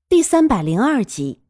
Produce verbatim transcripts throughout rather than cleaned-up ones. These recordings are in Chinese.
第三百零二集。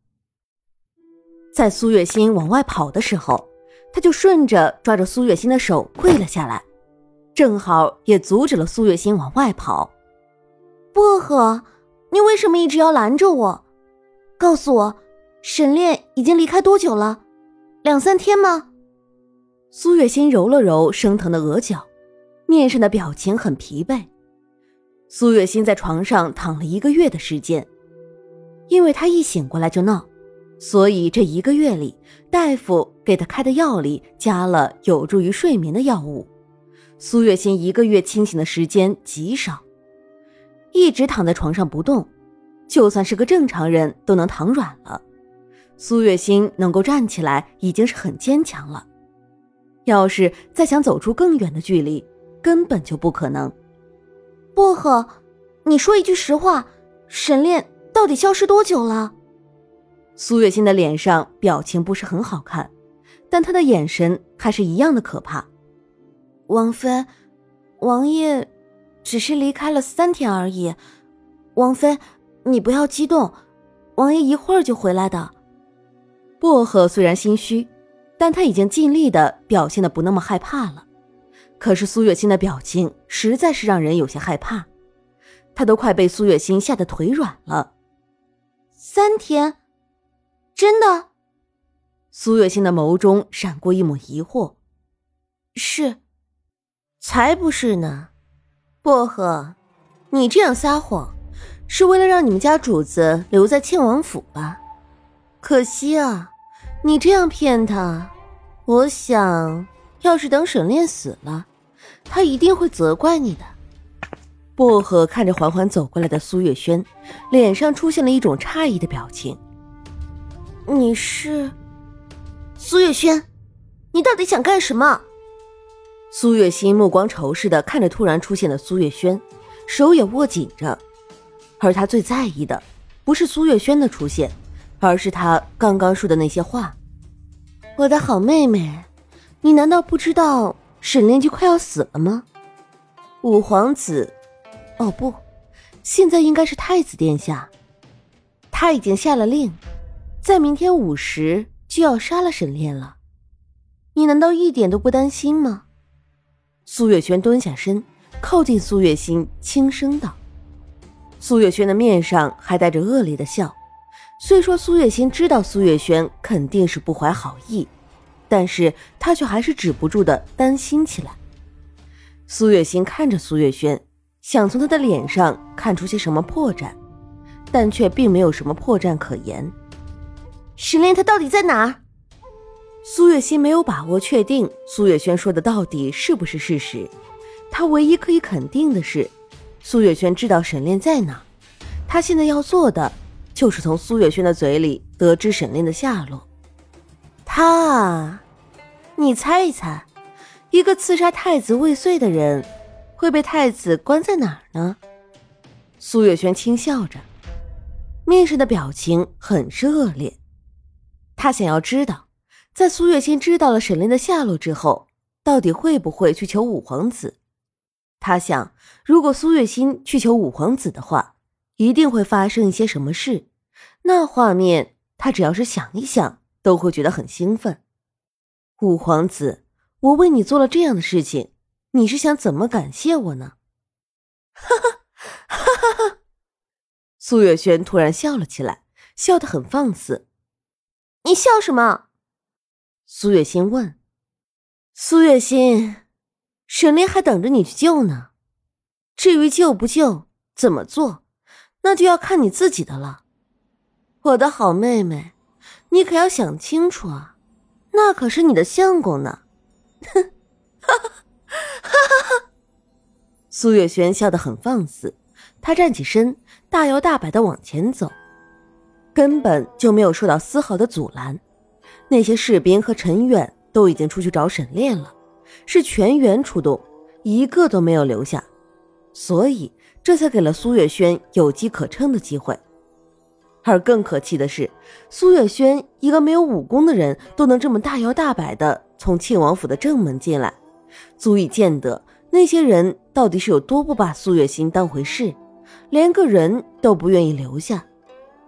在苏月心往外跑的时候，他就顺着抓着苏月心的手跪了下来，正好也阻止了苏月心往外跑。 薄荷，你为什么一直要拦着我？告诉我，沈炼已经离开多久了？两三天吗？ 苏月心揉了揉生疼的额角，面上的表情很疲惫。苏月心在床上躺了一个月的时间，因为她一醒过来就闹，所以这一个月里，大夫给她开的药里加了有助于睡眠的药物。苏月心一个月清醒的时间极少，一直躺在床上不动，就算是个正常人都能躺软了。苏月心能够站起来已经是很坚强了，要是再想走出更远的距离，根本就不可能。 薄荷，你说一句实话，沈炼到底消失多久了？ 苏月心的脸上表情不是很好看，但她的眼神还是一样的可怕。 王妃，王爷只是离开了三天而已。王妃，你不要激动，王爷一会儿就回来的。 薄荷虽然心虚，但他已经尽力的表现得不那么害怕了。可是苏月心的表情实在是让人有些害怕，他都快被苏月心吓得腿软了。 三天？真的？ 苏月心的眸中闪过一抹疑惑。 是。才不是呢。薄荷，你这样撒谎是为了让你们家主子留在庆王府吧？可惜啊，你这样骗他，我想要是等沈炼死了，他一定会责怪你的。 薄荷看着缓缓走过来的苏月轩，脸上出现了一种诧异的表情。 你是？苏月轩，你到底想干什么？ 苏月心目光仇视地看着突然出现的苏月轩，手也握紧着。而他最在意的不是苏月轩的出现，而是他刚刚说的那些话。 我的好妹妹，你难道不知道沈炼就快要死了吗？五皇子，哦不，现在应该是太子殿下，他已经下了令，在明天午时就要杀了沈炼了。你难道一点都不担心吗？ 苏月轩蹲下身，靠近苏月心，轻声道。苏月轩的面上还带着恶劣的笑，虽说苏月心知道苏月轩肯定是不怀好意，但是他却还是止不住的担心起来。苏月心看着苏月轩，想从他的脸上看出些什么破绽，但却并没有什么破绽可言。 沈炼他到底在哪儿？ 苏月心没有把握确定苏月轩说的到底是不是事实，他唯一可以肯定的是，苏月轩知道沈炼在哪，他现在要做的就是从苏月轩的嘴里得知沈炼的下落。 他啊，你猜一猜，一个刺杀太子未遂的人会被太子关在哪儿呢？ 苏月轩轻笑着，面上的表情很是恶劣。他想要知道，在苏月心知道了沈炼的下落之后，到底会不会去求五皇子。他想，如果苏月心去求五皇子的话，一定会发生一些什么事，那画面他只要是想一想都会觉得很兴奋。五皇子，我为你做了这样的事情，你是想怎么感谢我呢？ 哈哈哈哈哈！ 苏月轩突然笑了起来，笑得很放肆。 你笑什么？ 苏月心问。苏月心，沈炼还等着你去救呢，至于救不救，怎么做，那就要看你自己的了。 我的好妹妹，你可要想清楚啊，那可是你的相公呢。哼，哈哈哈哈哈！ 苏月轩笑得很放肆，他站起身，大摇大摆地往前走，根本就没有受到丝毫的阻拦。那些士兵和陈远都已经出去找沈炼了，是全员出动，一个都没有留下，所以这才给了苏月轩有机可乘的机会。而更可气的是，苏月轩一个没有武功的人都能这么大摇大摆地从庆王府的正门进来，足以见得那些人到底是有多不把苏月心当回事，连个人都不愿意留下。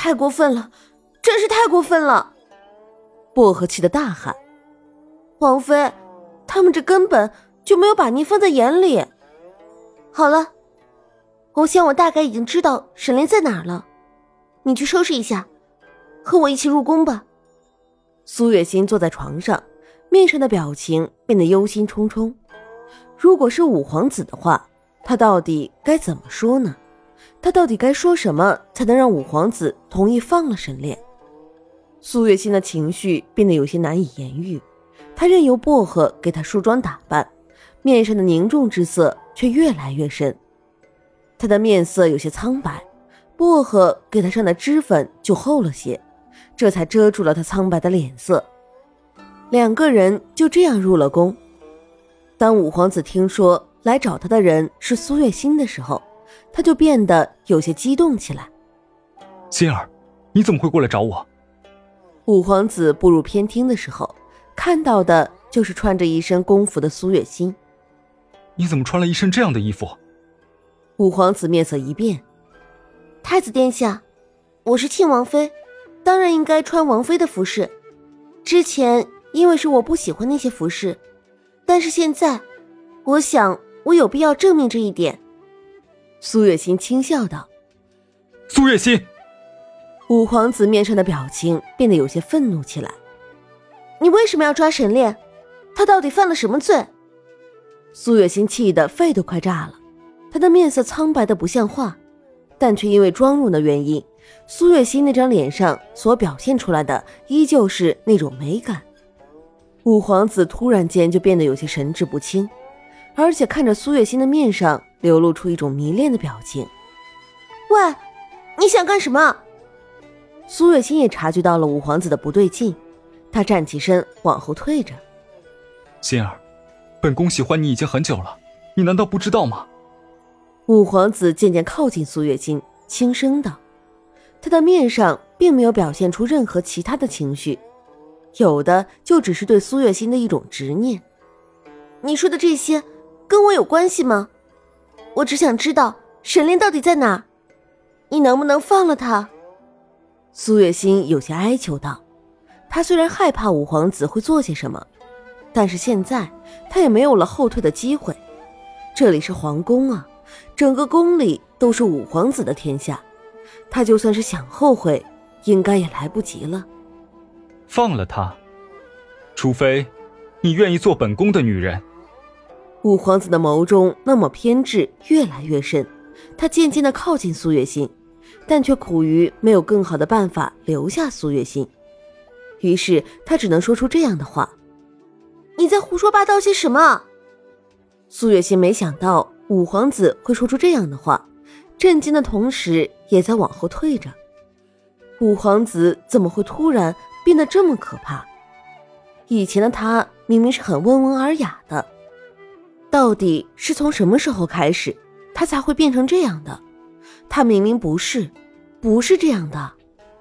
太过分了，真是太过分了！ 薄荷气得大喊： 王妃，他们这根本就没有把您放在眼里。好了，我想我大概已经知道沈炼在哪儿了，你去收拾一下，和我一起入宫吧。 苏月心坐在床上，面上的表情变得忧心忡忡。如果是五皇子的话，他到底该怎么说呢？他到底该说什么才能让五皇子同意放了沈炼？苏月心的情绪变得有些难以言喻，他任由薄荷给他梳妆打扮，面上的凝重之色却越来越深。他的面色有些苍白，薄荷给他上的脂粉就厚了些，这才遮住了他苍白的脸色。两个人就这样入了宫。当五皇子听说来找他的人是苏月心的时候，他就变得有些激动起来。 心儿，你怎么会过来找我？ 五皇子步入偏厅的时候，看到的就是穿着一身宫服的苏月心。 你怎么穿了一身这样的衣服？ 五皇子面色一变。 太子殿下，我是庆王妃，当然应该穿王妃的服饰。之前因为是我不喜欢那些服饰，但是现在我想我有必要证明这一点。 苏月心轻笑道。 苏月心！ 五皇子面上的表情变得有些愤怒起来。 你为什么要抓沈炼？他到底犯了什么罪？ 苏月心气得肺都快炸了，他的面色苍白的不像话，但却因为妆容的原因，苏月心那张脸上所表现出来的依旧是那种美感。五皇子突然间就变得有些神志不清，而且看着苏月心的面上流露出一种迷恋的表情。 喂，你想干什么？ 苏月心也察觉到了五皇子的不对劲，他站起身往后退着。 心儿，本宫喜欢你已经很久了，你难道不知道吗？ 五皇子渐渐靠近苏月心，轻声道。他的面上并没有表现出任何其他的情绪，有的就只是对苏月心的一种执念。 你说的这些跟我有关系吗？我只想知道沈炼到底在哪儿，你能不能放了他？ 苏月心有些哀求道。他虽然害怕五皇子会做些什么，但是现在他也没有了后退的机会。这里是皇宫啊，整个宫里都是五皇子的天下，他就算是想后悔，应该也来不及了。 放了他，除非你愿意做本宫的女人。 五皇子的眸中那么偏执越来越深，他渐渐地靠近苏月心，但却苦于没有更好的办法留下苏月心，于是他只能说出这样的话： 你在胡说八道些什么？ 苏月心没想到五皇子会说出这样的话，震惊的同时也在往后退着。五皇子怎么会突然变得这么可怕？以前的他明明是很温文尔雅的，到底是从什么时候开始他才会变成这样的？他明明不是不是这样的。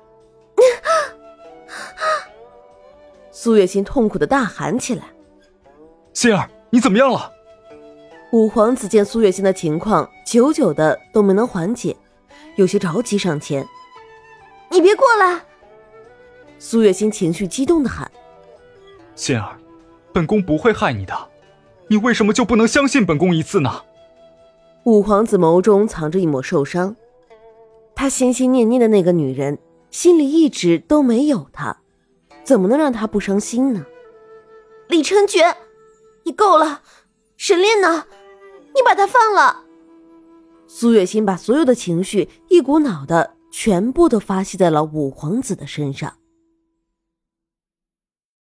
苏月心痛苦的大喊起来。 心儿，你怎么样了？ 五皇子见苏月心的情况久久的都没能缓解，有些着急上前。 你别过来！ 苏月心情绪激动的喊。 心儿，本宫不会害你的，你为什么就不能相信本宫一次呢？ 五皇子眸中藏着一抹受伤，他心心念念的那个女人心里一直都没有他，怎么能让他不伤心呢？ 李承爵，你够了！沈炼呢？你把他放了！ 苏月心把所有的情绪一股脑的全部都发泄在了五皇子的身上。